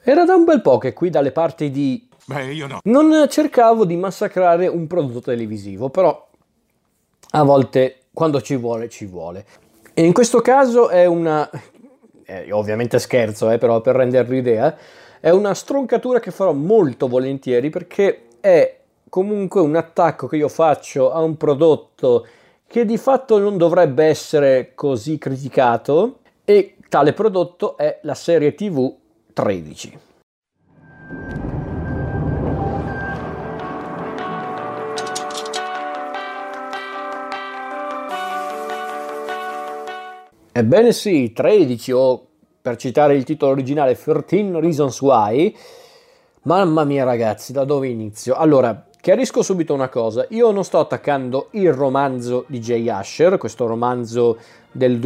Era da un bel po' che qui dalle parti di... Beh, io no. Non cercavo di massacrare un prodotto televisivo, però a volte quando ci vuole, ci vuole. E in questo caso è una... ovviamente scherzo, però per rendervi idea, è una stroncatura che farò molto volentieri perché è comunque un attacco che io faccio a un prodotto che di fatto non dovrebbe essere così criticato, e tale prodotto è la serie TV 13. Ebbene sì, 13, o per citare il titolo originale 13 Reasons Why. Mamma mia ragazzi, da dove inizio? Allora, chiarisco subito una cosa: io non sto attaccando il romanzo di Jay Asher, questo romanzo del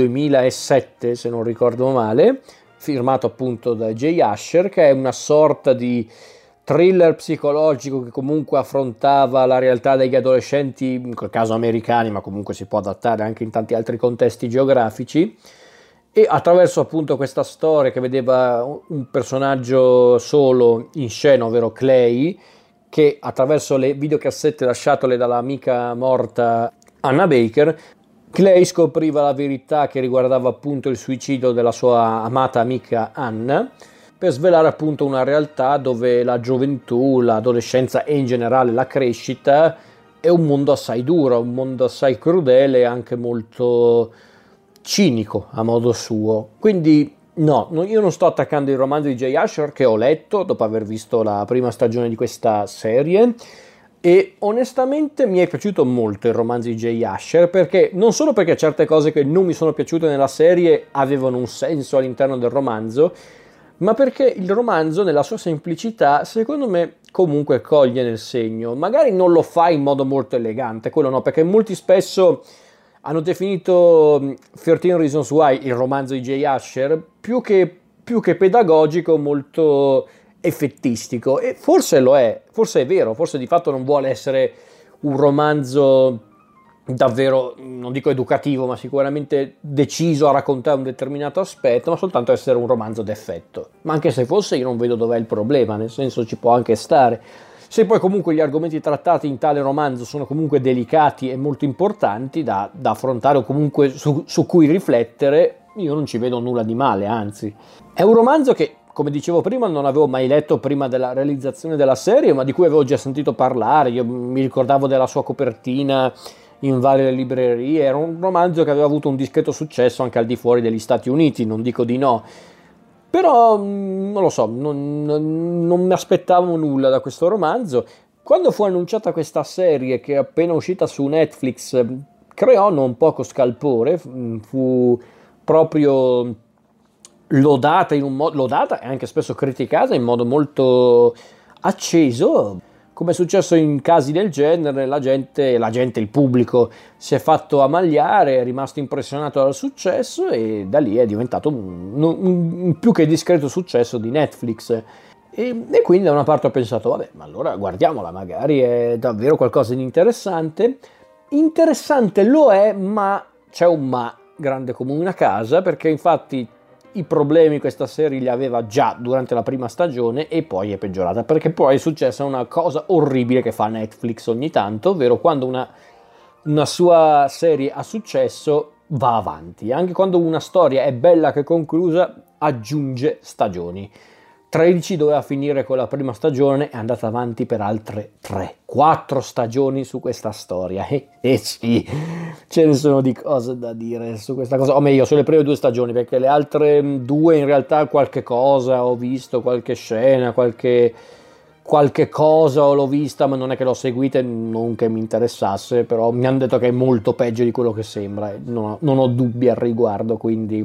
2007 se non ricordo male, firmato appunto da Jay Asher, che è una sorta di thriller psicologico che comunque affrontava la realtà degli adolescenti, in quel caso americani, ma comunque si può adattare anche in tanti altri contesti geografici, e attraverso appunto questa storia che vedeva un personaggio solo in scena, ovvero Clay, che attraverso le videocassette lasciatole dall'amica morta Anna Baker, Clay scopriva la verità che riguardava appunto il suicidio della sua amata amica Anna, per svelare appunto una realtà dove la gioventù, l'adolescenza e in generale la crescita è un mondo assai duro, un mondo assai crudele e anche molto cinico a modo suo. Quindi no, io non sto attaccando il romanzo di Jay Asher, che ho letto dopo aver visto la prima stagione di questa serie, e onestamente mi è piaciuto molto il romanzo di Jay Asher, perché non solo perché certe cose che non mi sono piaciute nella serie avevano un senso all'interno del romanzo, ma perché il romanzo nella sua semplicità secondo me comunque coglie nel segno. Magari non lo fa in modo molto elegante, quello no, perché molti spesso hanno definito 13 Reasons Why, il romanzo di Jay Asher, più che pedagogico, molto effettistico, e forse lo è, forse è vero, forse di fatto non vuole essere un romanzo davvero, non dico educativo, ma sicuramente deciso a raccontare un determinato aspetto, ma soltanto essere un romanzo d'effetto. Ma anche se fosse, io non vedo dov'è il problema, nel senso ci può anche stare. Se poi comunque gli argomenti trattati in tale romanzo sono comunque delicati e molto importanti da affrontare, o comunque su cui riflettere, io non ci vedo nulla di male, anzi. È un romanzo che, come dicevo prima, non avevo mai letto prima della realizzazione della serie, ma di cui avevo già sentito parlare. Io mi ricordavo della sua copertina in varie librerie. Era un romanzo che aveva avuto un discreto successo anche al di fuori degli Stati Uniti, non dico di no. Però non lo so, non mi aspettavo nulla da questo romanzo. Quando fu annunciata questa serie, che è appena uscita su Netflix, creò non poco scalpore, fu proprio lodata in un modo, lodata e anche spesso criticata in modo molto acceso. Come è successo in casi del genere, la gente, il pubblico si è fatto ammagliare, è rimasto impressionato dal successo, e da lì è diventato un più che discreto successo di Netflix. E quindi da una parte ho pensato, vabbè, ma allora guardiamola, magari è davvero qualcosa di interessante. Interessante lo è, ma c'è un ma grande come una casa, perché infatti i problemi questa serie li aveva già durante la prima stagione e poi è peggiorata, perché poi è successa una cosa orribile che fa Netflix ogni tanto, ovvero quando una sua serie ha successo va avanti, anche quando una storia è bella che è conclusa aggiunge stagioni. 13 doveva finire con la prima stagione, è andata avanti per altre 3-4 stagioni su questa storia. Sì, ce ne sono di cose da dire su questa cosa, o meglio sulle prime 2 stagioni, perché le altre 2 in realtà qualche cosa ho visto, qualche scena, qualche cosa l'ho vista, ma non è che l'ho seguita, non che mi interessasse, però mi hanno detto che è molto peggio di quello che sembra, non ho dubbi al riguardo, quindi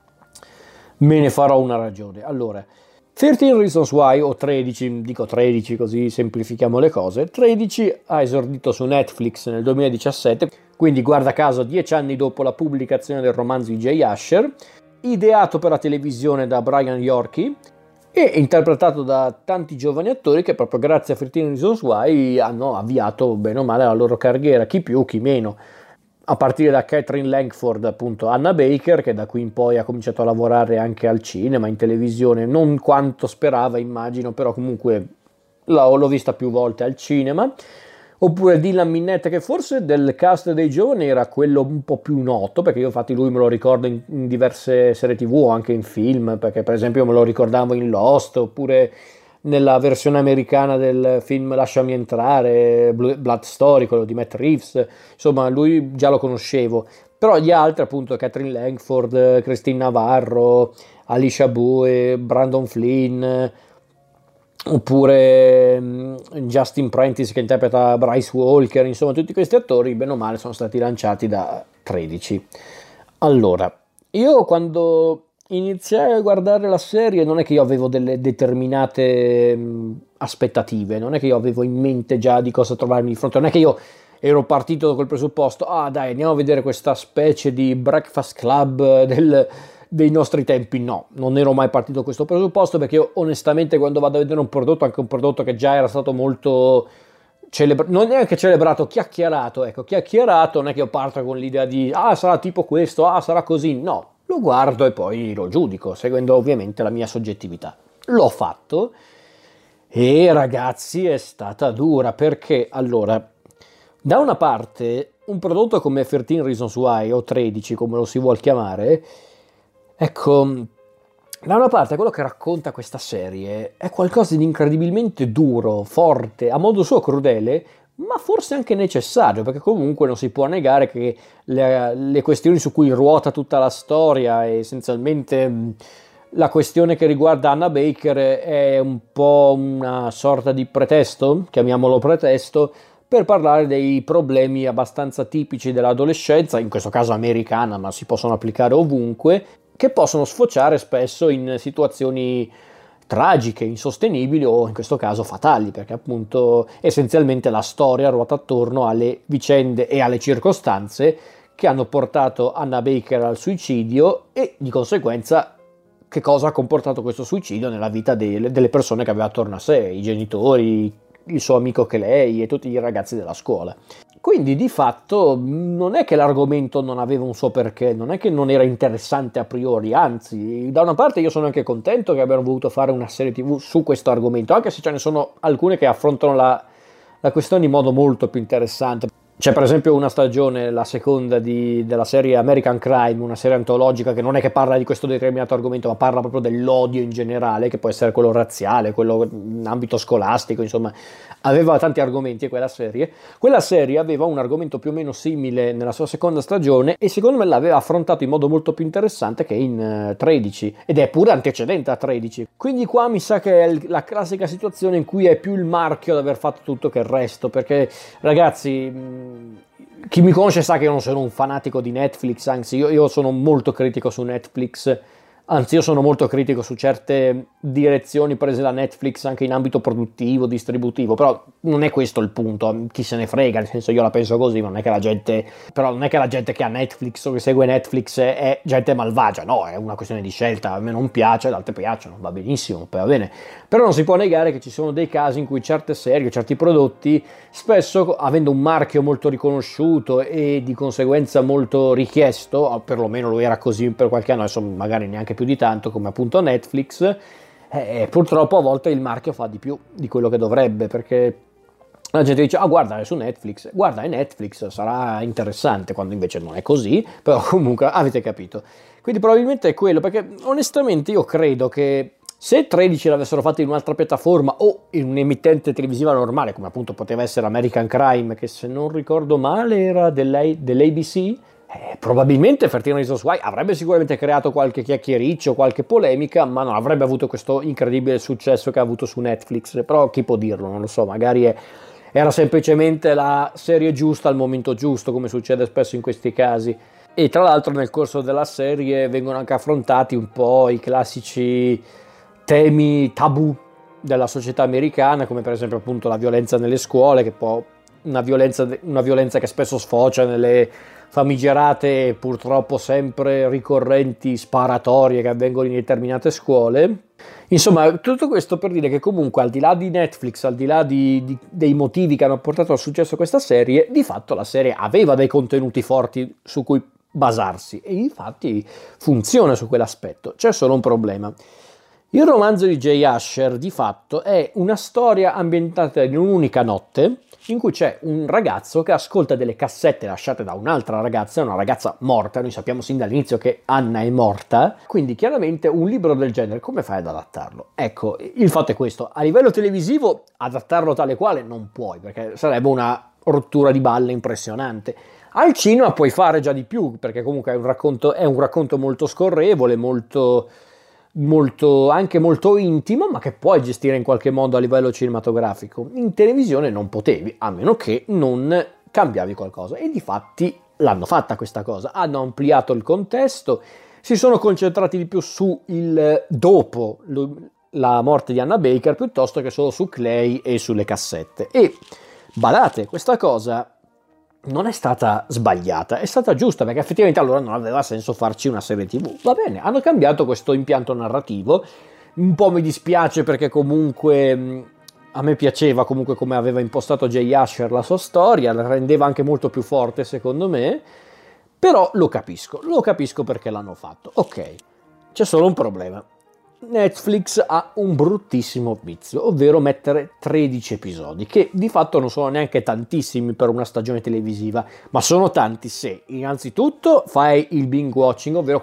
me ne farò una ragione. Allora, 13 Reasons Why, o 13, dico 13 così semplifichiamo le cose. 13 ha esordito su Netflix nel 2017, quindi guarda caso 10 anni dopo la pubblicazione del romanzo di Jay Asher, ideato per la televisione da Brian Yorkie e interpretato da tanti giovani attori che proprio grazie a 13 Reasons Why hanno avviato bene o male la loro carriera, chi più chi meno. a partire da Catherine Langford, appunto Anna Baker, che da qui in poi ha cominciato a lavorare anche al cinema, in televisione, non quanto sperava immagino, però comunque l'ho vista più volte al cinema. Oppure Dylan Minnette, che forse del cast dei giovani era quello un po' più noto, perché io infatti lui me lo ricordo in diverse serie TV o anche in film, perché per esempio me lo ricordavo in Lost, oppure nella versione americana del film Lasciami entrare, Blood Story, quello di Matt Reeves, insomma lui già lo conoscevo, però gli altri appunto Catherine Langford, Christine Navarro, Alicia Boe, Brandon Flynn, oppure Justin Prentice che interpreta Bryce Walker, insomma tutti questi attori bene o male sono stati lanciati da 13. Allora, io quando iniziai a guardare la serie non è che io avevo delle determinate aspettative, non è che io avevo in mente già di cosa trovarmi di fronte, non è che io ero partito col presupposto, ah dai andiamo a vedere questa specie di Breakfast Club dei nostri tempi, no, non ero mai partito da questo presupposto, perché io onestamente quando vado a vedere un prodotto, anche un prodotto che già era stato molto non neanche celebrato, chiacchierato, ecco, chiacchierato, non è che io parto con l'idea di, ah sarà tipo questo, ah sarà così, no, lo guardo e poi lo giudico, seguendo ovviamente la mia soggettività. L'ho fatto e ragazzi è stata dura, perché allora, da una parte un prodotto come 13 Reasons Why o 13 come lo si vuol chiamare, ecco, da una parte quello che racconta questa serie è qualcosa di incredibilmente duro, forte, a modo suo crudele, ma forse anche necessario, perché comunque non si può negare che le questioni su cui ruota tutta la storia, e essenzialmente la questione che riguarda Anna Baker, è un po' una sorta di pretesto, chiamiamolo pretesto, per parlare dei problemi abbastanza tipici dell'adolescenza, in questo caso americana, ma si possono applicare ovunque, che possono sfociare spesso in situazioni tragiche, insostenibili o in questo caso fatali, perché appunto essenzialmente la storia ruota attorno alle vicende e alle circostanze che hanno portato Anna Baker al suicidio e di conseguenza che cosa ha comportato questo suicidio nella vita delle persone che aveva attorno a sé, i genitori, il suo amico che lei e tutti i ragazzi della scuola. Quindi di fatto non è che l'argomento non aveva un suo perché, non è che non era interessante a priori, anzi, da una parte io sono anche contento che abbiano voluto fare una serie TV su questo argomento, anche se ce ne sono alcune che affrontano la questione in modo molto più interessante. C'è per esempio una stagione, la seconda della serie American Crime, una serie antologica che non è che parla di questo determinato argomento, ma parla proprio dell'odio in generale, che può essere quello razziale, quello in ambito scolastico, insomma, aveva tanti argomenti quella serie. Quella serie aveva un argomento più o meno simile nella sua seconda stagione e secondo me l'aveva affrontato in modo molto più interessante che in 13, ed è pure antecedente a 13. Quindi qua mi sa che è la classica situazione in cui è più il marchio ad aver fatto tutto che il resto, perché ragazzi, chi mi conosce sa che io non sono un fanatico di Netflix, anzi io sono molto critico su Netflix, anzi io sono molto critico su certe direzioni prese da Netflix anche in ambito produttivo, distributivo, però non è questo il punto, chi se ne frega, nel senso io la penso così, ma non è che la gente, però non è che la gente che ha Netflix o che segue Netflix è gente malvagia, no, è una questione di scelta, a me non piace, ad altre piacciono, va benissimo, va bene, però non si può negare che ci sono dei casi in cui certe serie, certi prodotti, spesso avendo un marchio molto riconosciuto e di conseguenza molto richiesto, perlomeno lo era così per qualche anno, adesso magari neanche più di tanto, come appunto Netflix, purtroppo a volte il marchio fa di più di quello che dovrebbe, perché la gente dice, ah guarda è su Netflix, guarda è Netflix, sarà interessante, quando invece non è così, però comunque avete capito. Quindi probabilmente è quello, perché onestamente io credo che se 13 l'avessero fatto in un'altra piattaforma o in un'emittente televisiva normale, come appunto poteva essere American Crime, che se non ricordo male era dell'ABC, probabilmente 13 Reasons Why avrebbe sicuramente creato qualche chiacchiericcio, qualche polemica, ma non avrebbe avuto questo incredibile successo che ha avuto su Netflix. Però chi può dirlo, non lo so, magari era semplicemente la serie giusta al momento giusto, come succede spesso in questi casi. E tra l'altro nel corso della serie vengono anche affrontati un po' i classici temi tabù della società americana, come per esempio appunto la violenza nelle scuole, che può una violenza che spesso sfocia nelle famigerate, purtroppo sempre ricorrenti sparatorie che avvengono in determinate scuole. Insomma, tutto questo per dire che comunque, al di là di Netflix, al di là dei motivi che hanno portato al successo questa serie, di fatto la serie aveva dei contenuti forti su cui basarsi e infatti funziona su quell'aspetto. C'è solo un problema. Il romanzo di Jay Asher di fatto è una storia ambientata in un'unica notte in cui c'è un ragazzo che ascolta delle cassette lasciate da un'altra ragazza, una ragazza morta. Noi sappiamo sin dall'inizio che Anna è morta, quindi chiaramente un libro del genere come fai ad adattarlo? Ecco, il fatto è questo: a livello televisivo adattarlo tale quale non puoi, perché sarebbe una rottura di balle impressionante. Al cinema puoi fare già di più, perché comunque è un racconto molto scorrevole, anche molto intimo, ma che puoi gestire in qualche modo a livello cinematografico. In televisione non potevi, a meno che non cambiavi qualcosa, e difatti l'hanno fatta questa cosa, hanno ampliato il contesto, si sono concentrati di più su il dopo la morte di Anna Baker piuttosto che solo su Clay e sulle cassette. E badate, questa cosa non è stata sbagliata, è stata giusta, perché effettivamente allora non aveva senso farci una serie TV. Va bene, hanno cambiato questo impianto narrativo, un po' mi dispiace perché comunque a me piaceva comunque come aveva impostato Jay Asher la sua storia, la rendeva anche molto più forte secondo me, però lo capisco perché l'hanno fatto. Ok, c'è solo un problema. Netflix ha un bruttissimo vizio, ovvero mettere 13 episodi, che di fatto non sono neanche tantissimi per una stagione televisiva, ma sono tanti se innanzitutto fai il binge watching, ovvero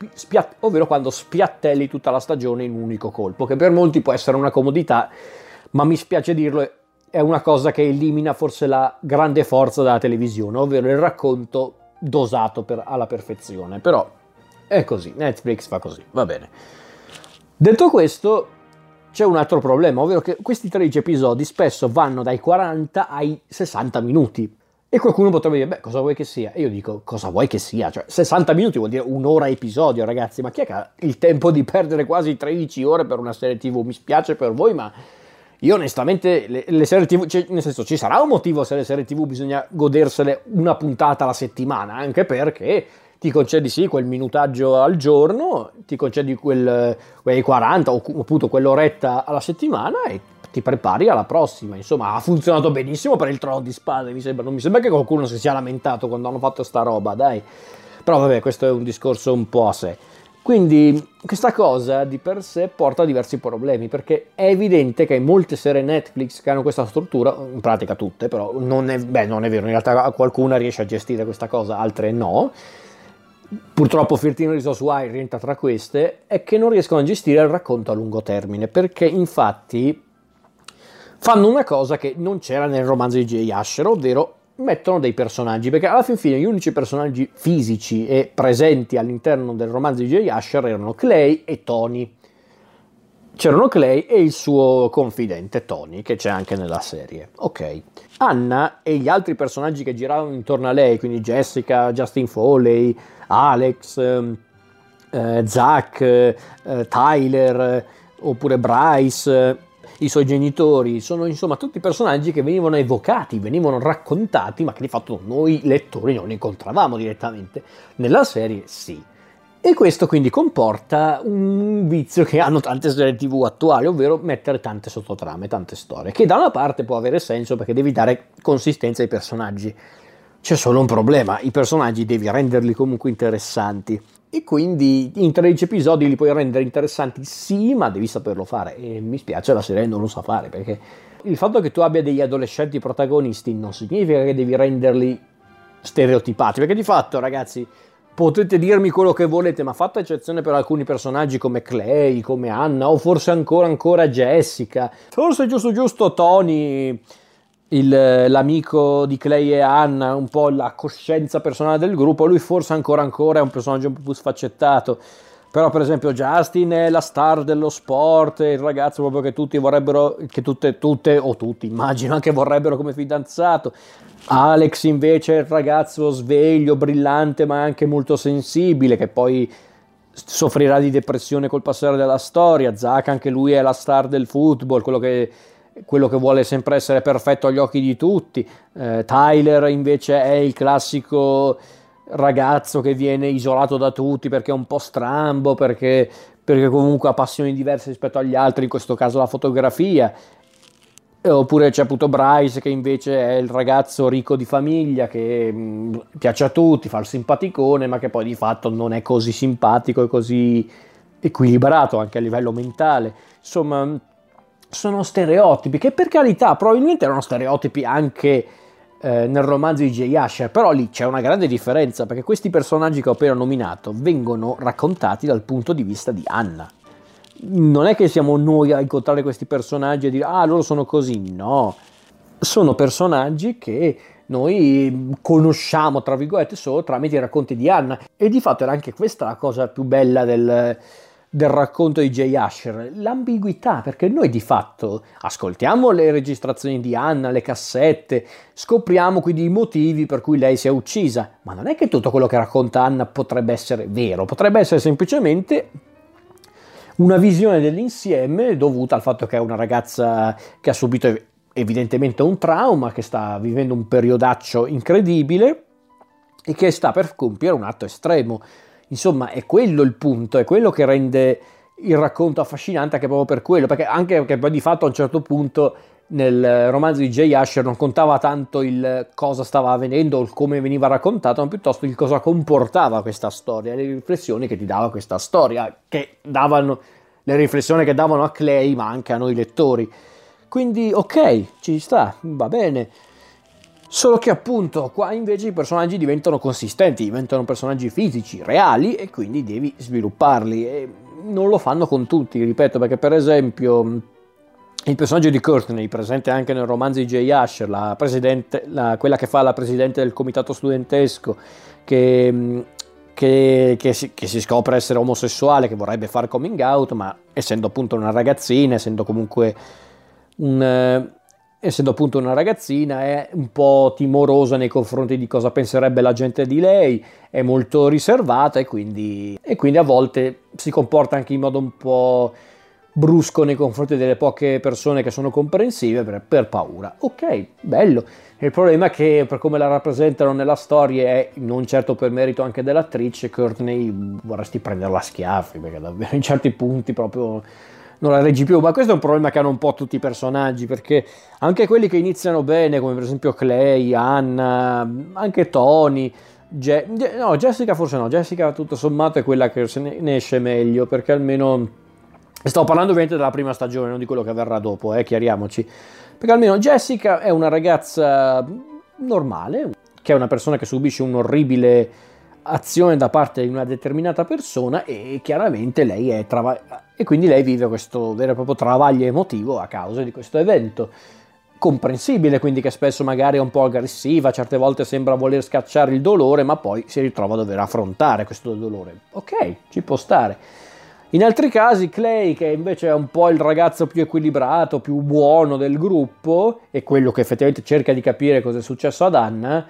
quando spiattelli tutta la stagione in un unico colpo, che per molti può essere una comodità, ma mi spiace dirlo, è una cosa che elimina forse la grande forza della televisione, ovvero il racconto dosato alla perfezione. Però è così, Netflix fa così, va bene. Detto questo, c'è un altro problema, ovvero che questi 13 episodi spesso vanno dai 40 ai 60 minuti. E qualcuno potrebbe dire, beh, cosa vuoi che sia? E io dico, cosa vuoi che sia? Cioè, 60 minuti vuol dire un'ora episodio, ragazzi. Ma chi è che ha il tempo di perdere quasi 13 ore per una serie TV? Mi spiace per voi, ma io onestamente le serie TV, cioè, nel senso, ci sarà un motivo se le serie TV bisogna godersele una puntata alla settimana, anche perché ti concedi sì quel minutaggio al giorno, ti concedi quei 40 o appunto quell'oretta alla settimana e ti prepari alla prossima. Insomma, ha funzionato benissimo per il Trono di Spade, non mi sembra che qualcuno si sia lamentato quando hanno fatto sta roba, dai. Però vabbè, questo è un discorso un po' a sé. Quindi questa cosa di per sé porta a diversi problemi, perché è evidente che molte serie Netflix che hanno questa struttura, in pratica tutte, però non è vero, in realtà qualcuna riesce a gestire questa cosa, altre no. Purtroppo 13 Reasons Why rientra tra queste, è che non riescono a gestire il racconto a lungo termine, perché infatti fanno una cosa che non c'era nel romanzo di Jay Asher, ovvero mettono dei personaggi, perché alla fine gli unici personaggi fisici e presenti all'interno del romanzo di Jay Asher erano Clay e Tony. C'erano Clay e il suo confidente Tony, che c'è anche nella serie. Ok. Anna e gli altri personaggi che giravano intorno a lei, quindi Jessica, Justin Foley, Alex, Zach, Tyler, oppure Bryce, i suoi genitori, sono insomma tutti personaggi che venivano evocati, venivano raccontati, ma che di fatto noi lettori non incontravamo direttamente. Nella serie sì. E questo quindi comporta un vizio che hanno tante serie TV attuali, ovvero mettere tante sottotrame, tante storie, che da una parte può avere senso perché devi dare consistenza ai personaggi. C'è solo un problema, i personaggi devi renderli comunque interessanti. E quindi in 13 episodi li puoi rendere interessanti, sì, ma devi saperlo fare. E mi spiace, la serie non lo sa fare, perché il fatto che tu abbia degli adolescenti protagonisti non significa che devi renderli stereotipati, perché di fatto, ragazzi, potete dirmi quello che volete, ma fatta eccezione per alcuni personaggi come Clay, come Anna, o forse ancora Jessica, forse giusto Tony, l'amico di Clay e Anna, un po' la coscienza personale del gruppo, lui forse ancora è un personaggio un po' più sfaccettato, però per esempio Justin è la star dello sport, il ragazzo proprio che tutti vorrebbero, che tutte o tutti immagino anche vorrebbero come fidanzato. Alex invece è il ragazzo sveglio, brillante ma anche molto sensibile, che poi soffrirà di depressione col passare della storia. Zach anche lui è la star del football, quello che quello che vuole sempre essere perfetto agli occhi di tutti. Tyler invece è il classico ragazzo che viene isolato da tutti perché è un po' strambo, perché comunque ha passioni diverse rispetto agli altri, in questo caso la fotografia. Oppure c'è appunto Bryce che invece è il ragazzo ricco di famiglia che piace a tutti, fa il simpaticone, ma che poi di fatto non è così simpatico e così equilibrato anche a livello mentale. Insomma, sono stereotipi che, per carità, probabilmente erano stereotipi anche nel romanzo di J. Asher, però lì c'è una grande differenza, perché questi personaggi che ho appena nominato vengono raccontati dal punto di vista di Anna. Non è che siamo noi a incontrare questi personaggi e dire ah, loro sono così, no, sono personaggi che noi conosciamo tra virgolette solo tramite i racconti di Anna, e di fatto era anche questa la cosa più bella del racconto di J. Asher, l'ambiguità, perché noi di fatto ascoltiamo le registrazioni di Anna, le cassette, scopriamo quindi i motivi per cui lei si è uccisa, ma non è che tutto quello che racconta Anna potrebbe essere vero, potrebbe essere semplicemente una visione dell'insieme dovuta al fatto che è una ragazza che ha subito evidentemente un trauma, che sta vivendo un periodaccio incredibile e che sta per compiere un atto estremo. Insomma, è quello il punto, è quello che rende il racconto affascinante, anche proprio per quello, perché anche perché poi di fatto a un certo punto nel romanzo di J. Asher non contava tanto il cosa stava avvenendo o il come veniva raccontato, ma piuttosto il cosa comportava questa storia, le riflessioni che ti dava questa storia, che davano le riflessioni che davano a Clay, ma anche a noi lettori. Quindi ok, ci sta, va bene. Solo che appunto qua invece i personaggi diventano consistenti, diventano personaggi fisici, reali, e quindi devi svilupparli, e non lo fanno con tutti, ripeto, perché per esempio il personaggio di Courtney, presente anche nel romanzo di J. Asher, quella che fa la presidente del comitato studentesco, che si scopre essere omosessuale, che vorrebbe fare coming out, ma essendo appunto una ragazzina, essendo appunto una ragazzina, è un po' timorosa nei confronti di cosa penserebbe la gente di lei, è molto riservata e quindi a volte si comporta anche in modo un po' brusco nei confronti delle poche persone che sono comprensive per paura. Ok, bello. Il problema è che per come la rappresentano nella storia, e non certo per merito anche dell'attrice, Courtney vorresti prenderla a schiaffi, perché davvero in certi punti proprio non la reggi più. Ma questo è un problema che hanno un po' tutti i personaggi, perché anche quelli che iniziano bene, come per esempio Clay, Anna, anche Tony, Jessica forse no, Jessica tutto sommato è quella che se ne esce meglio, perché almeno sto parlando ovviamente della prima stagione, non di quello che avverrà dopo, chiariamoci. Perché almeno Jessica è una ragazza normale, che è una persona che subisce un'orribile azione da parte di una determinata persona, e chiaramente lei e quindi lei vive questo vero e proprio travaglio emotivo a causa di questo evento. Comprensibile quindi che spesso magari è un po' aggressiva, certe volte sembra voler scacciare il dolore, ma poi si ritrova a dover affrontare questo dolore. Ok, ci può stare. In altri casi Clay, che invece è un po' il ragazzo più equilibrato, più buono del gruppo, e quello che effettivamente cerca di capire cosa è successo ad Anna,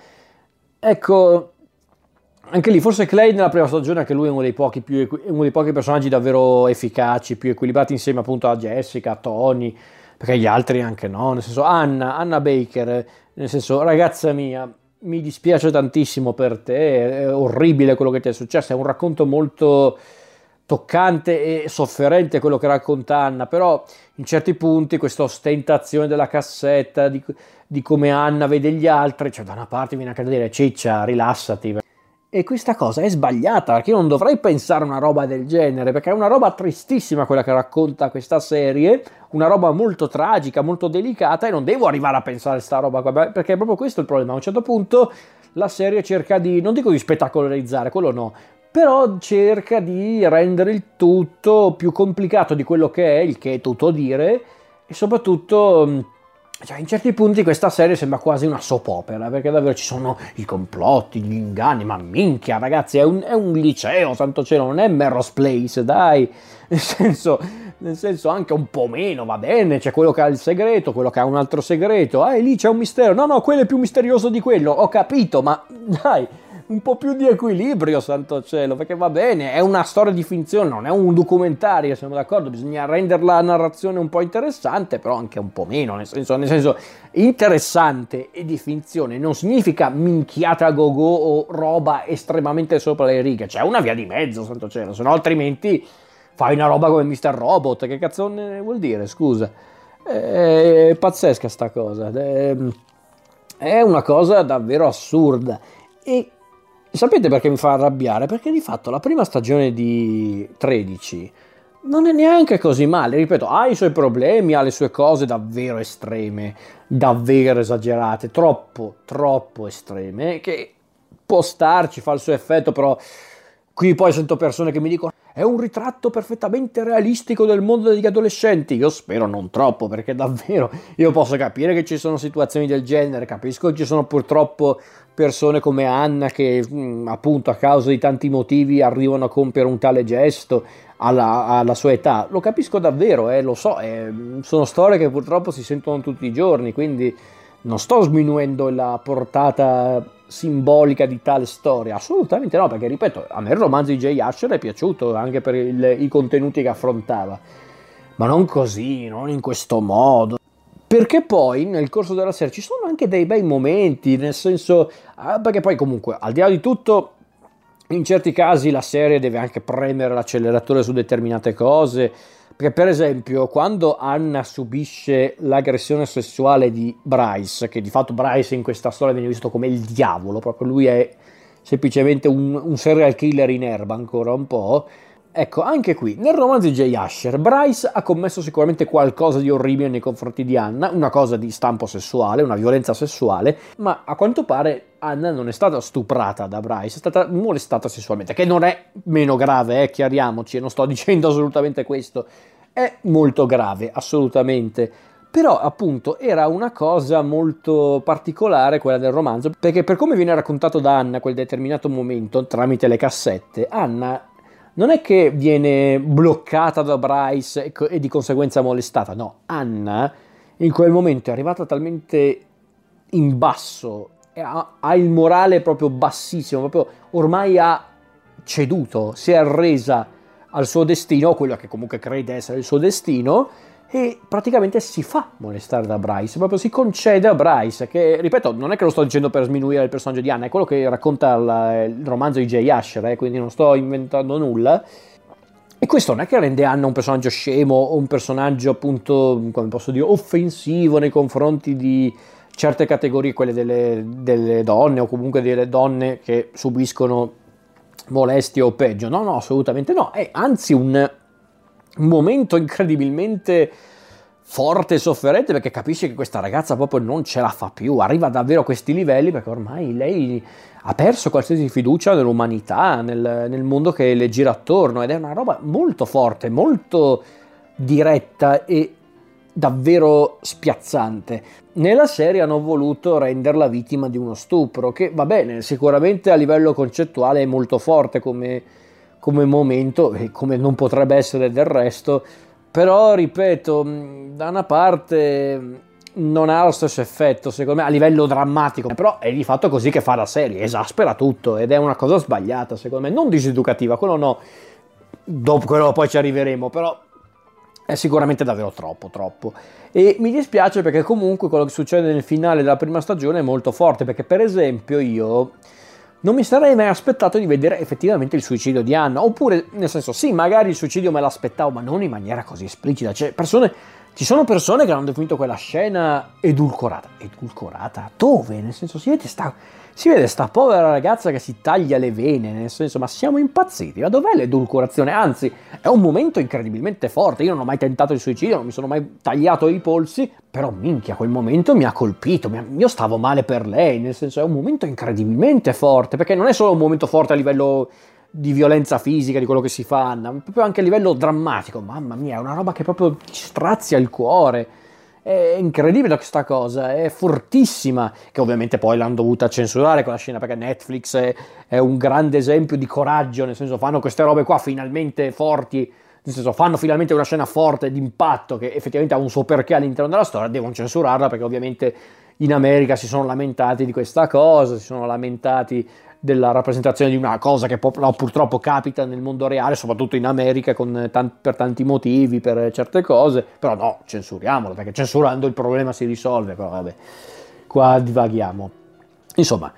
ecco, anche lì forse Clay nella prima stagione, anche lui è uno dei pochi personaggi davvero efficaci, più equilibrati insieme appunto a Jessica, a Tony, perché gli altri anche no, nel senso Anna Baker, nel senso ragazza mia, mi dispiace tantissimo per te, è orribile quello che ti è successo, è un racconto molto toccante e sofferente quello che racconta Anna, però in certi punti questa ostentazione della cassetta, di come Anna vede gli altri, cioè da una parte viene anche a dire ciccia, rilassati, e questa cosa è sbagliata, perché io non dovrei pensare una roba del genere, perché è una roba tristissima quella che racconta questa serie, una roba molto tragica, molto delicata, e non devo arrivare a pensare a sta roba qua, perché è proprio questo il problema. A un certo punto la serie cerca non dico di spettacolarizzare, quello no, però cerca di rendere il tutto più complicato di quello che è, il che è tutto dire, e soprattutto cioè, in certi punti questa serie sembra quasi una soap opera, perché davvero ci sono i complotti, gli inganni, ma minchia ragazzi, è un liceo, santo cielo, non è Melrose Place, dai, nel senso anche un po' meno, va bene, c'è quello che ha il segreto, quello che ha un altro segreto, e lì c'è un mistero, no, quello è più misterioso di quello, ho capito, ma dai, un po' più di equilibrio, santo cielo, perché va bene, è una storia di finzione, non è un documentario, siamo d'accordo, bisogna rendere la narrazione un po' interessante, però anche un po' meno, nel senso interessante e di finzione non significa minchiata a go-go o roba estremamente sopra le righe, c'è una via di mezzo, santo cielo, se no altrimenti fai una roba come Mr. Robot, che cazzo ne vuol dire, scusa? È pazzesca sta cosa, è una cosa davvero assurda. E sapete perché mi fa arrabbiare? Perché di fatto la prima stagione di 13 non è neanche così male, ripeto, ha i suoi problemi, ha le sue cose davvero estreme, davvero esagerate, troppo estreme, che può starci, fa il suo effetto, però qui poi sento persone che mi dicono è un ritratto perfettamente realistico del mondo degli adolescenti. Io spero non troppo, perché davvero io posso capire che ci sono situazioni del genere, capisco che ci sono purtroppo persone come Anna che appunto a causa di tanti motivi arrivano a compiere un tale gesto alla sua età, lo capisco davvero, lo so, sono storie che purtroppo si sentono tutti i giorni, quindi non sto sminuendo la portata simbolica di tale storia, assolutamente no, perché ripeto, a me il romanzo di Jay Asher è piaciuto anche per i contenuti che affrontava, ma non così, non in questo modo, perché poi nel corso della serie ci sono anche dei bei momenti, nel senso, perché poi comunque al di là di tutto in certi casi la serie deve anche premere l'acceleratore su determinate cose, perché per esempio quando Anna subisce l'aggressione sessuale di Bryce, che di fatto Bryce in questa storia viene visto come il diavolo, proprio lui è semplicemente un serial killer in erba ancora un po', ecco, anche qui nel romanzo di Jay Asher Bryce ha commesso sicuramente qualcosa di orribile nei confronti di Anna, una cosa di stampo sessuale, una violenza sessuale, ma a quanto pare Anna non è stata stuprata da Bryce, è stata molestata sessualmente, che non è meno grave, chiariamoci, non sto dicendo assolutamente questo, è molto grave, assolutamente, però appunto era una cosa molto particolare quella del romanzo, perché per come viene raccontato da Anna quel determinato momento tramite le cassette, Anna non è che viene bloccata da Bryce e di conseguenza molestata, no, Anna in quel momento è arrivata talmente in basso, ha il morale proprio bassissimo, proprio ormai ha ceduto, si è arresa al suo destino, o quello che comunque crede essere il suo destino, e praticamente si fa molestare da Bryce, proprio si concede a Bryce, che ripeto non è che lo sto dicendo per sminuire il personaggio di Anna, è quello che racconta il romanzo di Jay Asher, quindi non sto inventando nulla, e questo non è che rende Anna un personaggio scemo o un personaggio appunto, come posso dire, offensivo nei confronti di certe categorie, quelle delle donne o comunque delle donne che subiscono molestie o peggio, no, assolutamente no, è anzi un momento incredibilmente forte e sofferente, perché capisce che questa ragazza proprio non ce la fa più, arriva davvero a questi livelli perché ormai lei ha perso qualsiasi fiducia nell'umanità, nel mondo che le gira attorno, ed è una roba molto forte, molto diretta e davvero spiazzante. Nella serie hanno voluto renderla vittima di uno stupro, che va bene, sicuramente a livello concettuale è molto forte come momento, e come non potrebbe essere del resto, però ripeto, da una parte non ha lo stesso effetto secondo me a livello drammatico, però è di fatto così che fa la serie, esaspera tutto ed è una cosa sbagliata secondo me, non diseducativa, quello no, dopo quello poi ci arriveremo, però è sicuramente davvero troppo, e mi dispiace perché comunque quello che succede nel finale della prima stagione è molto forte, perché per esempio io non mi sarei mai aspettato di vedere effettivamente il suicidio di Anna, oppure nel senso sì, magari il suicidio me l'aspettavo, ma non in maniera così esplicita, ci sono persone che hanno definito quella scena edulcorata, dove? Nel senso si vede sta povera ragazza che si taglia le vene, nel senso, ma siamo impazziti, ma dov'è l'edulcorazione? Anzi, è un momento incredibilmente forte, io non ho mai tentato il suicidio, non mi sono mai tagliato i polsi, però minchia, quel momento mi ha colpito, io stavo male per lei, nel senso è un momento incredibilmente forte, perché non è solo un momento forte a livello di violenza fisica, di quello che si fa Anna, proprio anche a livello drammatico, mamma mia, è una roba che proprio ci strazia il cuore. È incredibile questa cosa, è fortissima, che ovviamente poi l'hanno dovuta censurare quella scena, perché Netflix è un grande esempio di coraggio, nel senso fanno queste robe qua finalmente forti, nel senso fanno finalmente una scena forte d'impatto che effettivamente ha un suo perché all'interno della storia, devono censurarla perché ovviamente in America si sono lamentati di questa cosa, si sono lamentati della rappresentazione di una cosa che purtroppo capita nel mondo reale, soprattutto in America, per tanti motivi, per certe cose, però no, censuriamolo, perché censurando il problema si risolve, però vabbè, qua divaghiamo. Insomma,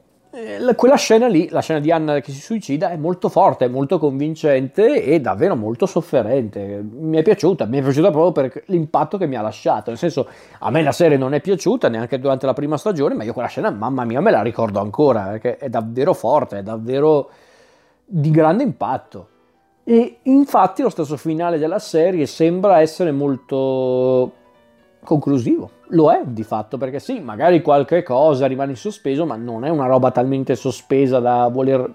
quella scena lì, la scena di Anna che si suicida, è molto forte, è molto convincente e davvero molto sofferente. Mi è piaciuta proprio per l'impatto che mi ha lasciato. Nel senso, a me la serie non è piaciuta neanche durante la prima stagione, ma io quella scena, mamma mia, me la ricordo ancora, perché è davvero forte, è davvero di grande impatto. E infatti lo stesso finale della serie sembra essere molto conclusivo. Lo è di fatto, perché sì, magari qualche cosa rimane in sospeso, ma non è una roba talmente sospesa da voler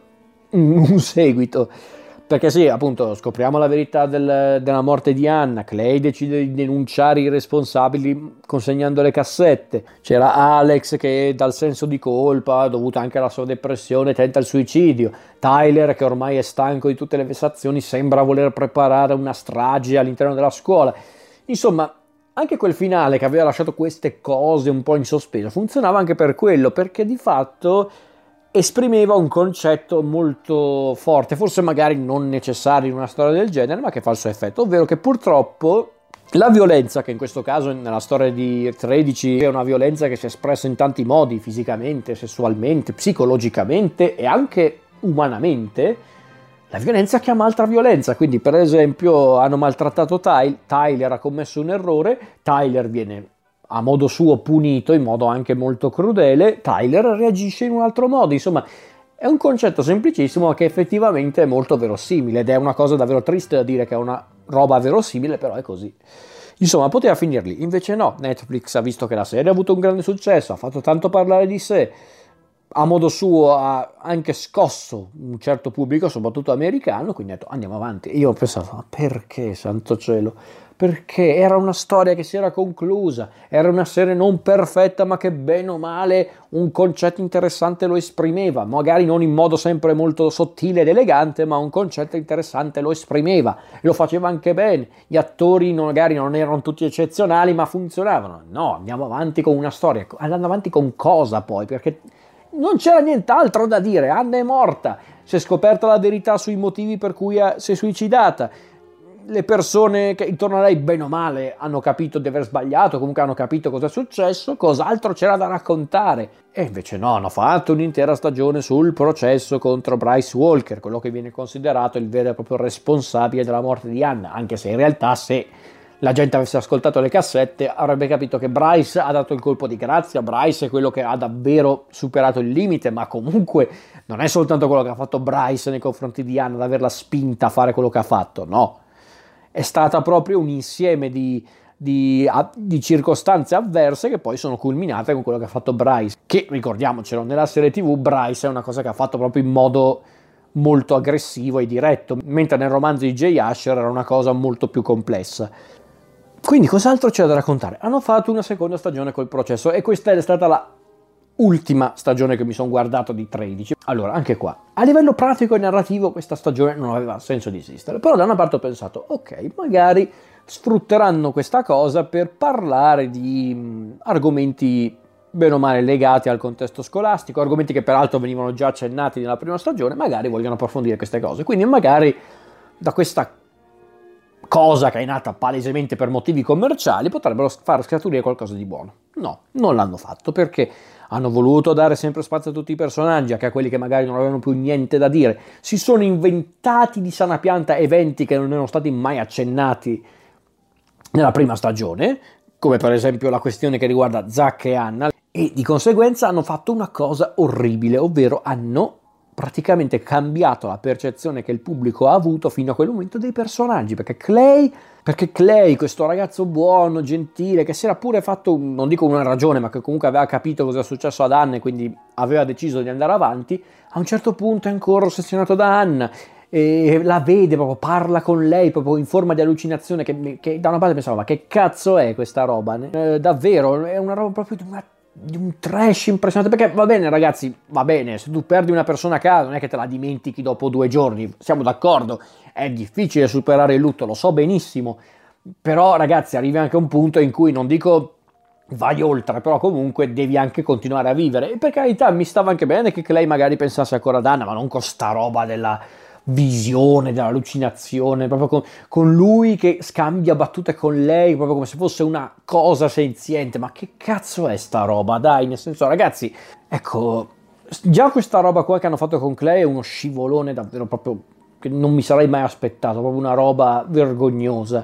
un seguito. Perché sì, appunto, scopriamo la verità della morte di Anna, Clay decide di denunciare i responsabili consegnando le cassette, c'era Alex che dal senso di colpa, dovuta anche alla sua depressione, tenta il suicidio, Tyler che ormai è stanco di tutte le vessazioni sembra voler preparare una strage all'interno della scuola. Insomma, anche quel finale che aveva lasciato queste cose un po' in sospeso funzionava anche per quello, perché di fatto esprimeva un concetto molto forte, forse magari non necessario in una storia del genere, ma che fa il suo effetto, ovvero che purtroppo la violenza, che in questo caso nella storia di 13 è una violenza che si è espressa in tanti modi, fisicamente, sessualmente, psicologicamente e anche umanamente, la violenza chiama altra violenza, quindi per esempio hanno maltrattato Tyler ha commesso un errore, Tyler viene a modo suo punito in modo anche molto crudele, Tyler reagisce in un altro modo, insomma è un concetto semplicissimo che effettivamente è molto verosimile ed è una cosa davvero triste da dire che è una roba verosimile, però è così. Insomma, poteva finir lì, invece no, Netflix ha visto che la serie ha avuto un grande successo, ha fatto tanto parlare di sé, a modo suo ha anche scosso un certo pubblico, soprattutto americano, quindi ha detto andiamo avanti. E io ho pensato, ma perché, santo cielo? Perché era una storia che si era conclusa, era una serie non perfetta ma che bene o male un concetto interessante lo esprimeva, magari non in modo sempre molto sottile ed elegante, ma un concetto interessante lo esprimeva e lo faceva anche bene. Gli attori magari non erano tutti eccezionali ma funzionavano. No, andiamo avanti con una storia, andando avanti con cosa poi? Perché non c'era nient'altro da dire, Anna è morta, si è scoperta la verità sui motivi per cui si è suicidata, le persone che intorno a lei bene o male hanno capito di aver sbagliato, comunque hanno capito cosa è successo, cos'altro c'era da raccontare? E invece no, hanno fatto un'intera stagione sul processo contro Bryce Walker, quello che viene considerato il vero e proprio responsabile della morte di Anna, anche se in realtà se la gente avesse ascoltato le cassette avrebbe capito che Bryce ha dato il colpo di grazia, Bryce è quello che ha davvero superato il limite, ma comunque non è soltanto quello che ha fatto Bryce nei confronti di Anna ad averla spinta a fare quello che ha fatto, no. È stata proprio un insieme di circostanze avverse che poi sono culminate con quello che ha fatto Bryce, che ricordiamocelo, nella serie TV Bryce è una cosa che ha fatto proprio in modo molto aggressivo e diretto, mentre nel romanzo di Jay Asher era una cosa molto più complessa. Quindi cos'altro c'è da raccontare? Hanno fatto una seconda stagione col processo e questa è stata la ultima stagione che mi sono guardato di 13. Allora, anche qua, a livello pratico e narrativo questa stagione non aveva senso di esistere, però da una parte ho pensato, ok, magari sfrutteranno questa cosa per parlare di argomenti bene o male legati al contesto scolastico, argomenti che peraltro venivano già accennati nella prima stagione, magari vogliono approfondire queste cose, quindi magari da questa cosa che è nata palesemente per motivi commerciali potrebbero far scaturire qualcosa di buono. No, non l'hanno fatto perché hanno voluto dare sempre spazio a tutti i personaggi, anche a quelli che magari non avevano più niente da dire, si sono inventati di sana pianta eventi che non erano stati mai accennati nella prima stagione, come per esempio la questione che riguarda Zack e Anna, e di conseguenza hanno fatto una cosa orribile, ovvero hanno praticamente cambiato la percezione che il pubblico ha avuto fino a quel momento dei personaggi, perché Clay, questo ragazzo buono, gentile, che si era pure fatto, non dico una ragione, ma che comunque aveva capito cosa è successo ad Anna e quindi aveva deciso di andare avanti, a un certo punto è ancora ossessionato da Anna, e la vede, proprio parla con lei proprio in forma di allucinazione, che da una parte pensavo, ma che cazzo è questa roba? Davvero, è una roba proprio di un trash impressionante, perché va bene ragazzi, va bene, se tu perdi una persona a casa non è che te la dimentichi dopo 2 giorni, siamo d'accordo, è difficile superare il lutto, lo so benissimo, però ragazzi arrivi anche a un punto in cui non dico vai oltre, però comunque devi anche continuare a vivere. E per carità, mi stava anche bene che lei magari pensasse ancora ad Anna, ma non con sta roba della visione, dell'allucinazione, proprio con lui che scambia battute con lei, proprio come se fosse una cosa senziente. Ma che cazzo è sta roba? Dai, nel senso, ragazzi, ecco, già questa roba qua che hanno fatto con Clay è uno scivolone davvero proprio che non mi sarei mai aspettato, proprio una roba vergognosa.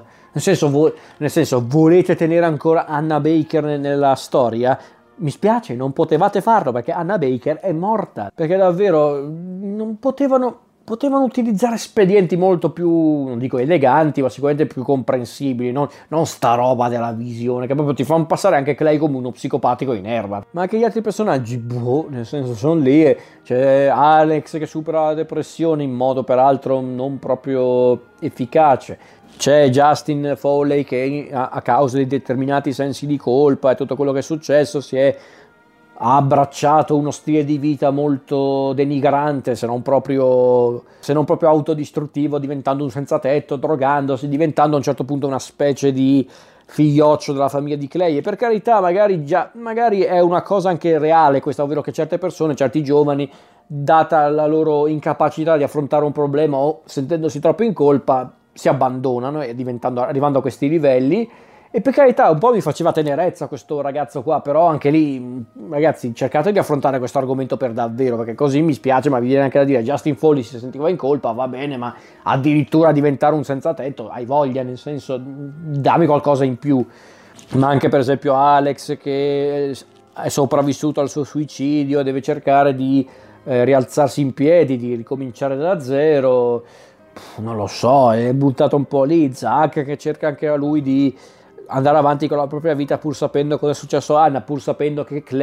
Nel senso, volete tenere ancora Anna Baker nella storia? Mi spiace, non potevate farlo perché Anna Baker è morta. Perché davvero non potevano utilizzare espedienti molto più, non dico eleganti, ma sicuramente più comprensibili. Non sta roba della visione, che proprio ti fanno passare anche Clay come uno psicopatico in erba. Ma anche gli altri personaggi, boh, nel senso, sono lì e c'è Alex che supera la depressione in modo peraltro non proprio efficace. C'è Justin Foley che a causa di determinati sensi di colpa e tutto quello che è successo ha abbracciato uno stile di vita molto denigrante, se non proprio autodistruttivo, diventando un senza tetto, drogandosi, diventando a un certo punto una specie di figlioccio della famiglia di Clay. E per carità, magari è una cosa anche reale questa, ovvero che certe persone, certi giovani, data la loro incapacità di affrontare un problema o sentendosi troppo in colpa, si abbandonano e arrivando a questi livelli. E per carità, un po' mi faceva tenerezza questo ragazzo qua, però anche lì, ragazzi, cercate di affrontare questo argomento per davvero, perché così mi spiace, ma vi viene anche da dire, Justin Foley si sentiva in colpa, va bene, ma addirittura diventare un senza tetto, hai voglia, nel senso, dammi qualcosa in più. Ma anche per esempio Alex che è sopravvissuto al suo suicidio, deve cercare di rialzarsi in piedi, di ricominciare da zero, non lo so, è buttato un po' lì. Zack che cerca anche a lui di andare avanti con la propria vita pur sapendo cosa è successo a Anna, pur sapendo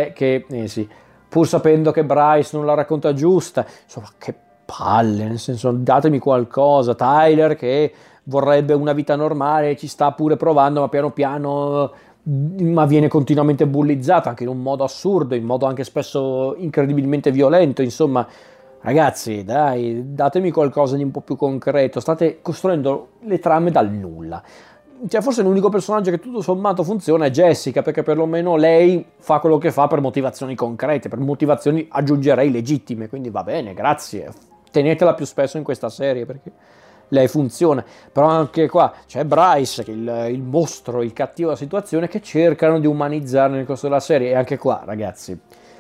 pur sapendo che Bryce non la racconta giusta. Insomma, che palle, nel senso, datemi qualcosa. Tyler che vorrebbe una vita normale, ci sta pure provando, ma piano piano ma viene continuamente bullizzato anche in un modo assurdo, in modo anche spesso incredibilmente violento. Insomma, ragazzi, dai, datemi qualcosa di un po' più concreto. State costruendo le trame dal nulla. Cioè, forse l'unico personaggio che tutto sommato funziona è Jessica, perché perlomeno lei fa quello che fa per motivazioni concrete, per motivazioni aggiungerei legittime, quindi va bene, grazie. Tenetela più spesso in questa serie perché lei funziona. Però anche qua c'è Bryce, il mostro, il cattivo della situazione, che cercano di umanizzare nel corso della serie. E anche qua, ragazzi,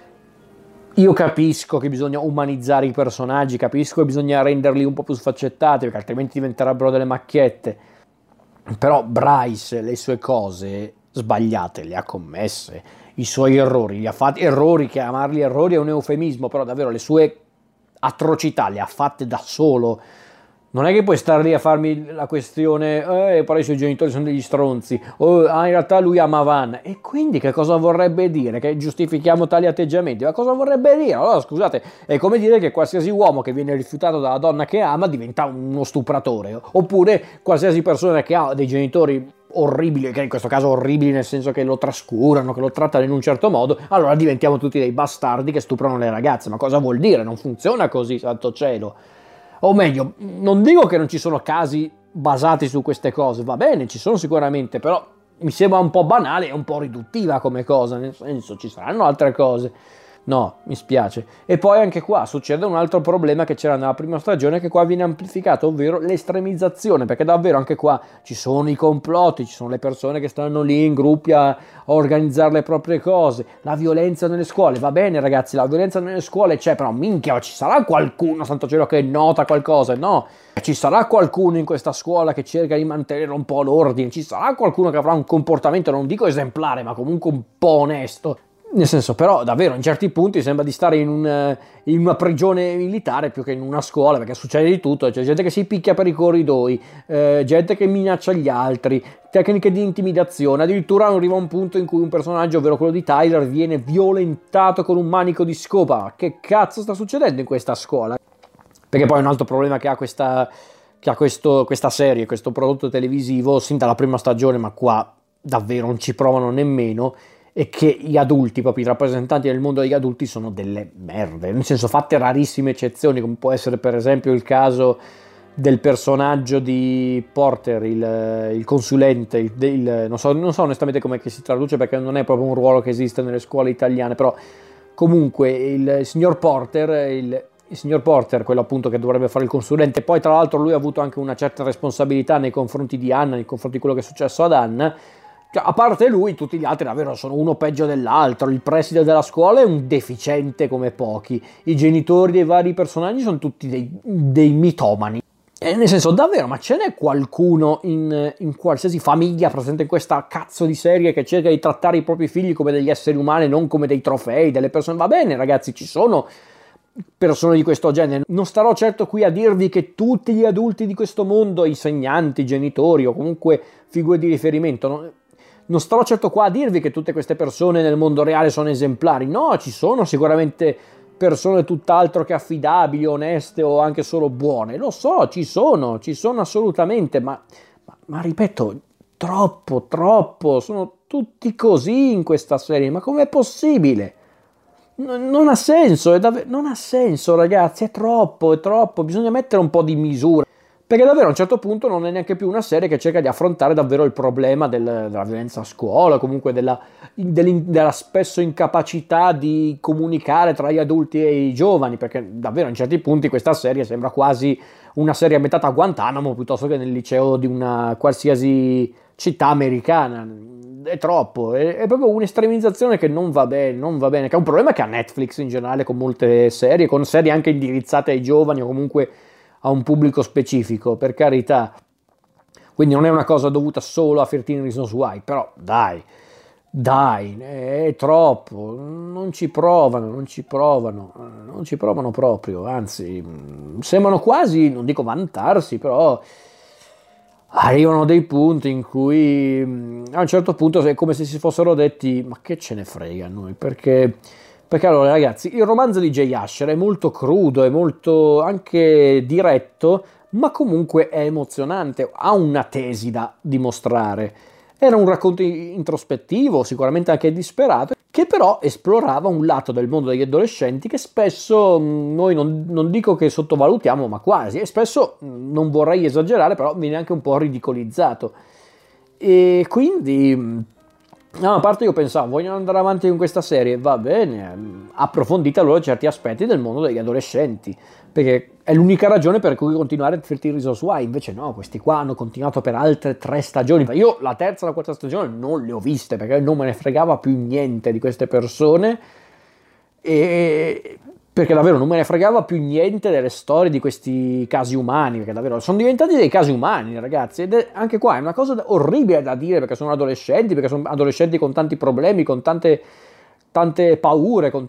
io capisco che bisogna umanizzare i personaggi, capisco che bisogna renderli un po' più sfaccettati, perché altrimenti diventerebbero delle macchiette. Però Bryce le sue cose sbagliate le ha commesse, i suoi errori li ha fatti, errori, che amarli errori è un eufemismo, però davvero le sue atrocità le ha fatte da solo. Non è che puoi stare lì a farmi la questione, però i suoi genitori sono degli stronzi, in realtà lui amava Anna. E quindi che cosa vorrebbe dire? Che giustifichiamo tali atteggiamenti? Ma cosa vorrebbe dire? Allora, scusate, è come dire che qualsiasi uomo che viene rifiutato dalla donna che ama diventa uno stupratore, oppure qualsiasi persona che ha dei genitori orribili, che in questo caso orribili nel senso che lo trascurano, che lo trattano in un certo modo, allora diventiamo tutti dei bastardi che stuprano le ragazze. Ma cosa vuol dire? Non funziona così, santo cielo. O meglio, non dico che non ci sono casi basati su queste cose, va bene, ci sono sicuramente, però mi sembra un po' banale e un po' riduttiva come cosa, nel senso ci saranno altre cose. No, mi spiace. E poi anche qua succede un altro problema che c'era nella prima stagione, che qua viene amplificato, ovvero l'estremizzazione, perché davvero anche qua ci sono i complotti, ci sono le persone che stanno lì in gruppi a organizzare le proprie cose, la violenza nelle scuole. Va bene ragazzi, la violenza nelle scuole c'è, però minchia, ci sarà qualcuno, santo cielo, che nota qualcosa? No, ci sarà qualcuno in questa scuola che cerca di mantenere un po' l'ordine, ci sarà qualcuno che avrà un comportamento, non dico esemplare, ma comunque un po' onesto. Nel senso, però, davvero, in certi punti sembra di stare in una prigione militare più che in una scuola, perché succede di tutto. C'è gente che si picchia per i corridoi, gente che minaccia gli altri, tecniche di intimidazione. Addirittura arriva un punto in cui un personaggio, ovvero quello di Tyler, viene violentato con un manico di scopa. Ma che cazzo sta succedendo in questa scuola? Perché poi un altro problema che ha questa serie, questo prodotto televisivo, sin dalla prima stagione, ma qua davvero non ci provano nemmeno, e che gli adulti, proprio i rappresentanti del mondo degli adulti, sono delle merde, nel senso, fatte rarissime eccezioni, come può essere per esempio il caso del personaggio di Porter, il consulente, non so onestamente come si traduce perché non è proprio un ruolo che esiste nelle scuole italiane, però comunque il signor Porter, il signor Porter, quello appunto che dovrebbe fare il consulente, poi tra l'altro lui ha avuto anche una certa responsabilità nei confronti di Anna, nei confronti di quello che è successo ad Anna. Cioè, a parte lui, tutti gli altri davvero sono uno peggio dell'altro. Il preside della scuola è un deficiente come pochi. I genitori dei vari personaggi sono tutti dei mitomani. Nel senso, davvero, ma ce n'è qualcuno in qualsiasi famiglia presente in questa cazzo di serie che cerca di trattare i propri figli come degli esseri umani, non come dei trofei, delle persone? Va bene, ragazzi, ci sono persone di questo genere. Non starò certo qui a dirvi che tutti gli adulti di questo mondo, insegnanti, genitori o comunque figure di riferimento, non starò certo qua a dirvi che tutte queste persone nel mondo reale sono esemplari. No, ci sono sicuramente persone tutt'altro che affidabili, oneste o anche solo buone. Lo so, ci sono assolutamente, ma ripeto, troppo, sono tutti così in questa serie. Ma com'è possibile? Non ha senso, non ha senso, ragazzi, è troppo, bisogna mettere un po' di misura. Perché davvero a un certo punto non è neanche più una serie che cerca di affrontare davvero il problema della violenza a scuola, comunque della spesso incapacità di comunicare tra gli adulti e i giovani, perché davvero in certi punti questa serie sembra quasi una serie ambientata a Guantanamo piuttosto che nel liceo di una qualsiasi città americana. È troppo, è proprio un'estremizzazione che non va bene, che è un problema che ha Netflix in generale con molte serie, con serie anche indirizzate ai giovani o comunque a un pubblico specifico, per carità. Quindi non è una cosa dovuta solo a 13 Reasons Why, però dai, è troppo, non ci provano proprio, anzi, sembrano quasi, non dico vantarsi, però arrivano dei punti in cui a un certo punto è come se si fossero detti ma che ce ne frega a noi, perché allora ragazzi, il romanzo di Jay Asher è molto crudo, è molto anche diretto, ma comunque è emozionante, ha una tesi da dimostrare. Era un racconto introspettivo, sicuramente anche disperato, che però esplorava un lato del mondo degli adolescenti che spesso noi non dico che sottovalutiamo, ma quasi, e spesso, non vorrei esagerare, però viene anche un po' ridicolizzato. E quindi no, a parte io pensavo, vogliono andare avanti con questa serie, va bene, approfondite allora certi aspetti del mondo degli adolescenti, perché è l'unica ragione per cui continuare 13 Reasons Why, invece no, questi qua hanno continuato per altre 3 stagioni, io la terza e la quarta stagione non le ho viste, perché non me ne fregava più niente di queste persone, e perché davvero non me ne fregava più niente delle storie di questi casi umani, perché davvero sono diventati dei casi umani, ragazzi, ed è, anche qua è una cosa orribile da dire, perché sono adolescenti con tanti problemi, con tante paure, con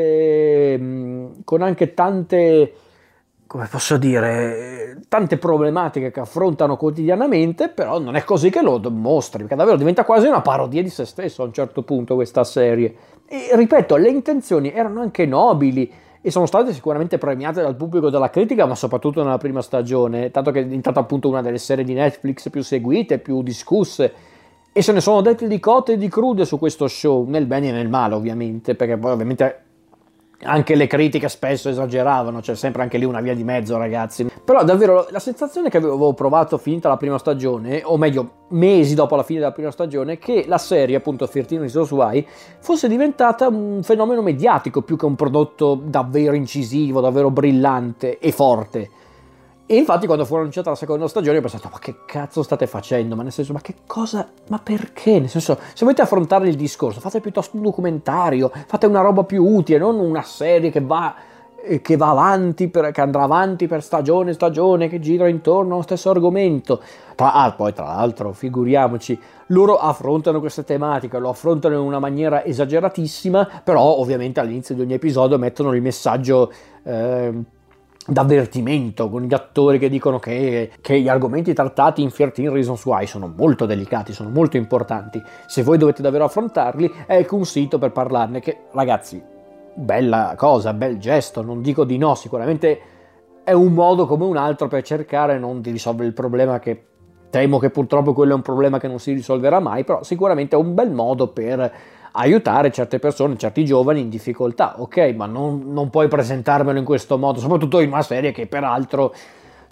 anche tante, come posso dire, tante problematiche che affrontano quotidianamente, però non è così che lo mostri, perché davvero diventa quasi una parodia di se stesso a un certo punto questa serie. E ripeto, le intenzioni erano anche nobili e sono state sicuramente premiate dal pubblico e dalla critica, ma soprattutto nella prima stagione, tanto che è diventata appunto una delle serie di Netflix più seguite, più discusse, e se ne sono dette di cotte e di crude su questo show, nel bene e nel male ovviamente, perché poi ovviamente anche le critiche spesso esageravano, c'è sempre anche lì una via di mezzo, ragazzi. Però davvero la sensazione che avevo provato finita la prima stagione, o meglio mesi dopo la fine della prima stagione, è che la serie, appunto 13 Reasons Why, fosse diventata un fenomeno mediatico più che un prodotto davvero incisivo, davvero brillante e forte. E infatti quando fu annunciata la seconda stagione ho pensato, ma che cazzo state facendo? Ma nel senso, ma che cosa? Ma perché? Nel senso, se volete affrontare il discorso, fate piuttosto un documentario, fate una roba più utile, non una serie che va avanti, che andrà avanti per stagione, che gira intorno allo stesso argomento. Poi tra l'altro, figuriamoci, loro affrontano queste tematiche, lo affrontano in una maniera esageratissima, però ovviamente all'inizio di ogni episodio mettono il messaggio d'avvertimento, con gli attori che dicono che gli argomenti trattati in 13 Reasons Why sono molto delicati, sono molto importanti, se voi dovete davvero affrontarli, ecco un sito per parlarne, che ragazzi, bella cosa, bel gesto, non dico di no, sicuramente è un modo come un altro per cercare non di risolvere il problema, che temo che purtroppo quello è un problema che non si risolverà mai, però sicuramente è un bel modo per aiutare certe persone, certi giovani in difficoltà, ok, ma non puoi presentarmelo in questo modo, soprattutto in una serie che peraltro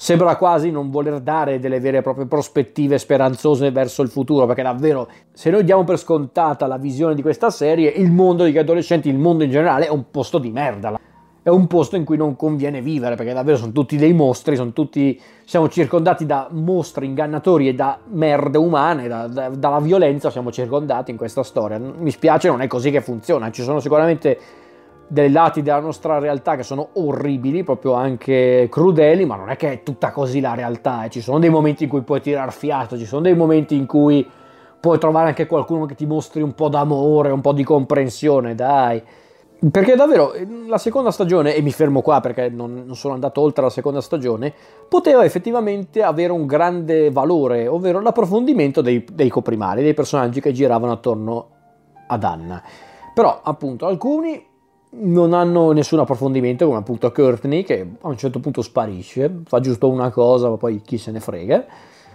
sembra quasi non voler dare delle vere e proprie prospettive speranzose verso il futuro, perché davvero, se noi diamo per scontata la visione di questa serie, il mondo degli adolescenti, il mondo in generale, è un posto di merda. È un posto in cui non conviene vivere, perché davvero sono tutti dei mostri, siamo circondati da mostri ingannatori e da merde umane, dalla violenza siamo circondati in questa storia. Mi spiace, non è così che funziona. Ci sono sicuramente dei lati della nostra realtà che sono orribili, proprio anche crudeli, ma non è che è tutta così la realtà. Ci sono dei momenti in cui puoi tirar fiato, ci sono dei momenti in cui puoi trovare anche qualcuno che ti mostri un po' d'amore, un po' di comprensione, dai. Perché davvero la seconda stagione, e mi fermo qua perché non sono andato oltre la seconda stagione, poteva effettivamente avere un grande valore, ovvero l'approfondimento dei coprimari, dei personaggi che giravano attorno ad Anna. Però appunto alcuni non hanno nessun approfondimento, come appunto Courtney, che a un certo punto sparisce, fa giusto una cosa ma poi chi se ne frega,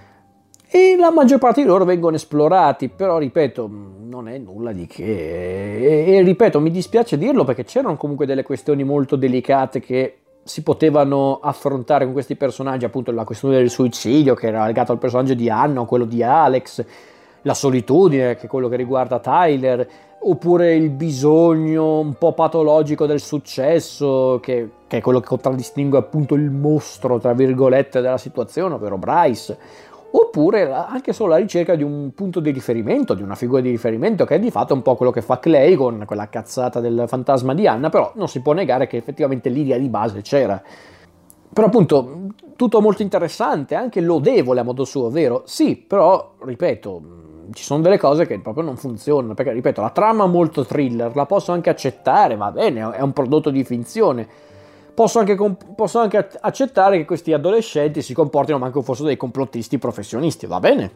e la maggior parte di loro vengono esplorati, però ripeto, non è nulla di che, e ripeto, mi dispiace dirlo perché c'erano comunque delle questioni molto delicate che si potevano affrontare con questi personaggi, appunto la questione del suicidio che era legato al personaggio di Anna o quello di Alex, la solitudine che è quello che riguarda Tyler, oppure il bisogno un po' patologico del successo che è quello che contraddistingue appunto il mostro tra virgolette della situazione, ovvero Bryce. Oppure anche solo la ricerca di un punto di riferimento, di una figura di riferimento, che è di fatto un po' quello che fa Clay con quella cazzata del fantasma di Anna, però non si può negare che effettivamente l'idea di base c'era. Però appunto, tutto molto interessante, anche lodevole a modo suo, vero? Sì, però, ripeto, ci sono delle cose che proprio non funzionano, perché, ripeto, la trama molto thriller, la posso anche accettare, va bene, è un prodotto di finzione. Posso anche accettare che questi adolescenti si comportino ma anche fossero dei complottisti professionisti, va bene.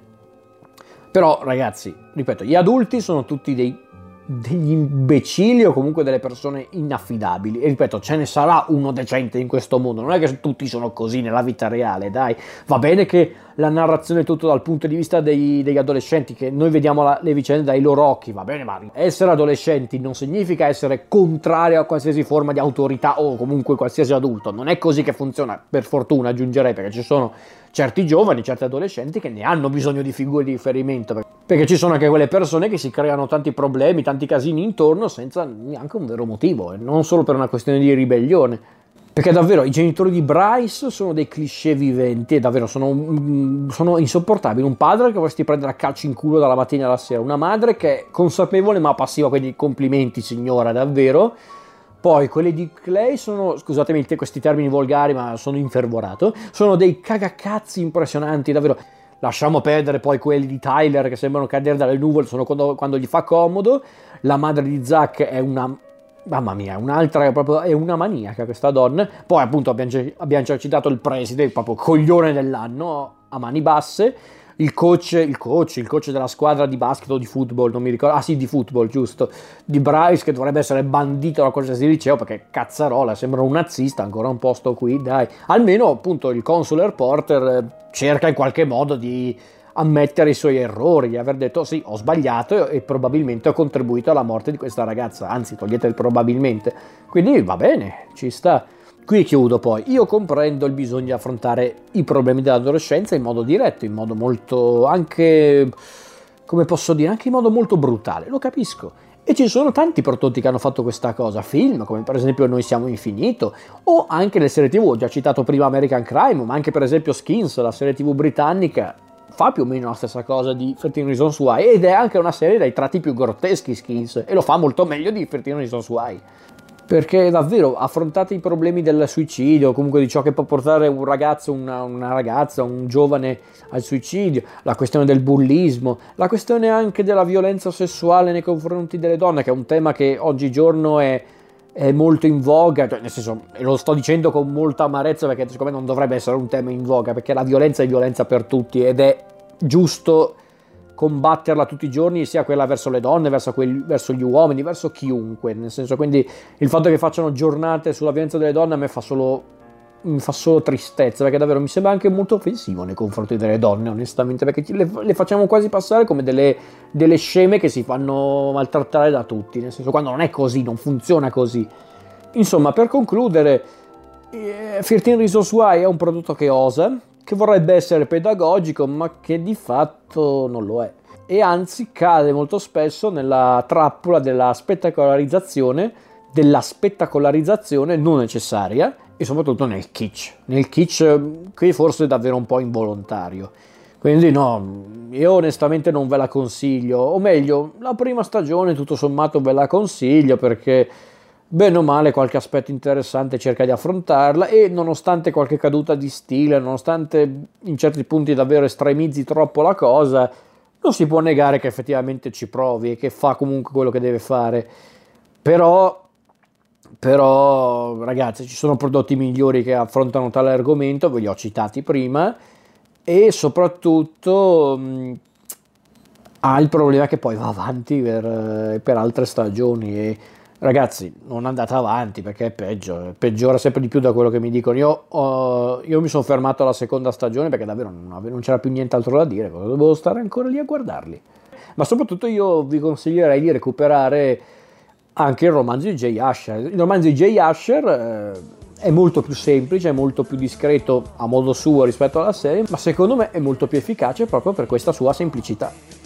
Però ragazzi, ripeto, gli adulti sono tutti degli imbecilli o comunque delle persone inaffidabili. E ripeto, ce ne sarà uno decente in questo mondo, non è che tutti sono così nella vita reale, dai. Va bene che la narrazione è tutto dal punto di vista degli adolescenti, che noi vediamo le vicende dai loro occhi, va bene, ma essere adolescenti non significa essere contrario a qualsiasi forma di autorità o comunque qualsiasi adulto. Non è così che funziona, per fortuna aggiungerei, perché ci sono certi giovani, certi adolescenti che ne hanno bisogno di figure di riferimento, perché ci sono anche quelle persone che si creano tanti problemi, tanti casini intorno senza neanche un vero motivo, e non solo per una questione di ribellione. Perché davvero i genitori di Bryce sono dei cliché viventi e davvero sono insopportabili. Un padre che vorresti prendere a calci in culo dalla mattina alla sera, una madre che è consapevole ma passiva, quindi complimenti signora, davvero. Poi quelli di Clay sono, scusatemi questi termini volgari ma sono infervorato, sono dei cagacazzi impressionanti, davvero. Lasciamo perdere poi quelli di Tyler che sembrano cadere dalle nuvole, sono quando gli fa comodo. La madre di Zack è una... Mamma mia, un'altra proprio, è una maniaca questa donna. Poi appunto abbiamo già citato il preside, proprio coglione dell'anno a mani basse. Il coach della squadra di basket o di football, non mi ricordo. Ah sì, di football, giusto. Di Bryce, che dovrebbe essere bandito da qualsiasi liceo perché cazzarola, sembra un nazista, ancora un posto qui, dai. Almeno appunto il consular Porter cerca in qualche modo di ammettere i suoi errori, di aver detto sì, ho sbagliato e probabilmente ho contribuito alla morte di questa ragazza, anzi togliete il probabilmente, quindi va bene, ci sta. Qui chiudo poi, io comprendo il bisogno di affrontare i problemi dell'adolescenza in modo diretto, in modo molto anche, come posso dire, anche in modo molto brutale, lo capisco. E ci sono tanti prodotti che hanno fatto questa cosa, film come per esempio Noi siamo infinito, o anche le serie tv, ho già citato prima American Crime, ma anche per esempio Skins, la serie tv britannica, fa più o meno la stessa cosa di 13 Reasons Why, ed è anche una serie dai tratti più grotteschi Skins, e lo fa molto meglio di 13 Reasons Why. Perché davvero affrontate i problemi del suicidio, comunque di ciò che può portare un ragazzo, una ragazza, un giovane al suicidio, la questione del bullismo, la questione anche della violenza sessuale nei confronti delle donne, che è un tema che oggigiorno è molto in voga, cioè, nel senso, e lo sto dicendo con molta amarezza perché secondo me non dovrebbe essere un tema in voga, perché la violenza è violenza per tutti ed è giusto combatterla tutti i giorni, sia quella verso le donne, verso gli uomini, verso chiunque, nel senso, quindi il fatto che facciano giornate sulla violenza delle donne a me mi fa solo tristezza, perché davvero mi sembra anche molto offensivo nei confronti delle donne, onestamente, perché le facciamo quasi passare come delle sceme che si fanno maltrattare da tutti, nel senso, quando non è così, non funziona così. Insomma, per concludere, 13 Reasons Why è un prodotto che osa, che vorrebbe essere pedagogico, ma che di fatto non lo è. E anzi cade molto spesso nella trappola della spettacolarizzazione non necessaria, e soprattutto nel kitsch qui forse è davvero un po' involontario. Quindi no, io onestamente non ve la consiglio, o meglio, la prima stagione tutto sommato ve la consiglio perché bene o male qualche aspetto interessante cerca di affrontarla, e nonostante qualche caduta di stile, nonostante in certi punti davvero estremizzi troppo la cosa, non si può negare che effettivamente ci provi e che fa comunque quello che deve fare. Però ragazzi, ci sono prodotti migliori che affrontano tale argomento, ve li ho citati prima, e soprattutto ha il problema che poi va avanti per altre stagioni, e ragazzi non andate avanti perché è peggio, peggiora sempre di più da quello che mi dicono. Io mi sono fermato alla seconda stagione perché davvero non c'era più nient'altro da dire, dovevo stare ancora lì a guardarli. Ma soprattutto io vi consiglierei di recuperare anche il romanzo di Jay Asher. Il romanzo di Jay Asher è molto più semplice, è molto più discreto a modo suo rispetto alla serie, ma secondo me è molto più efficace proprio per questa sua semplicità.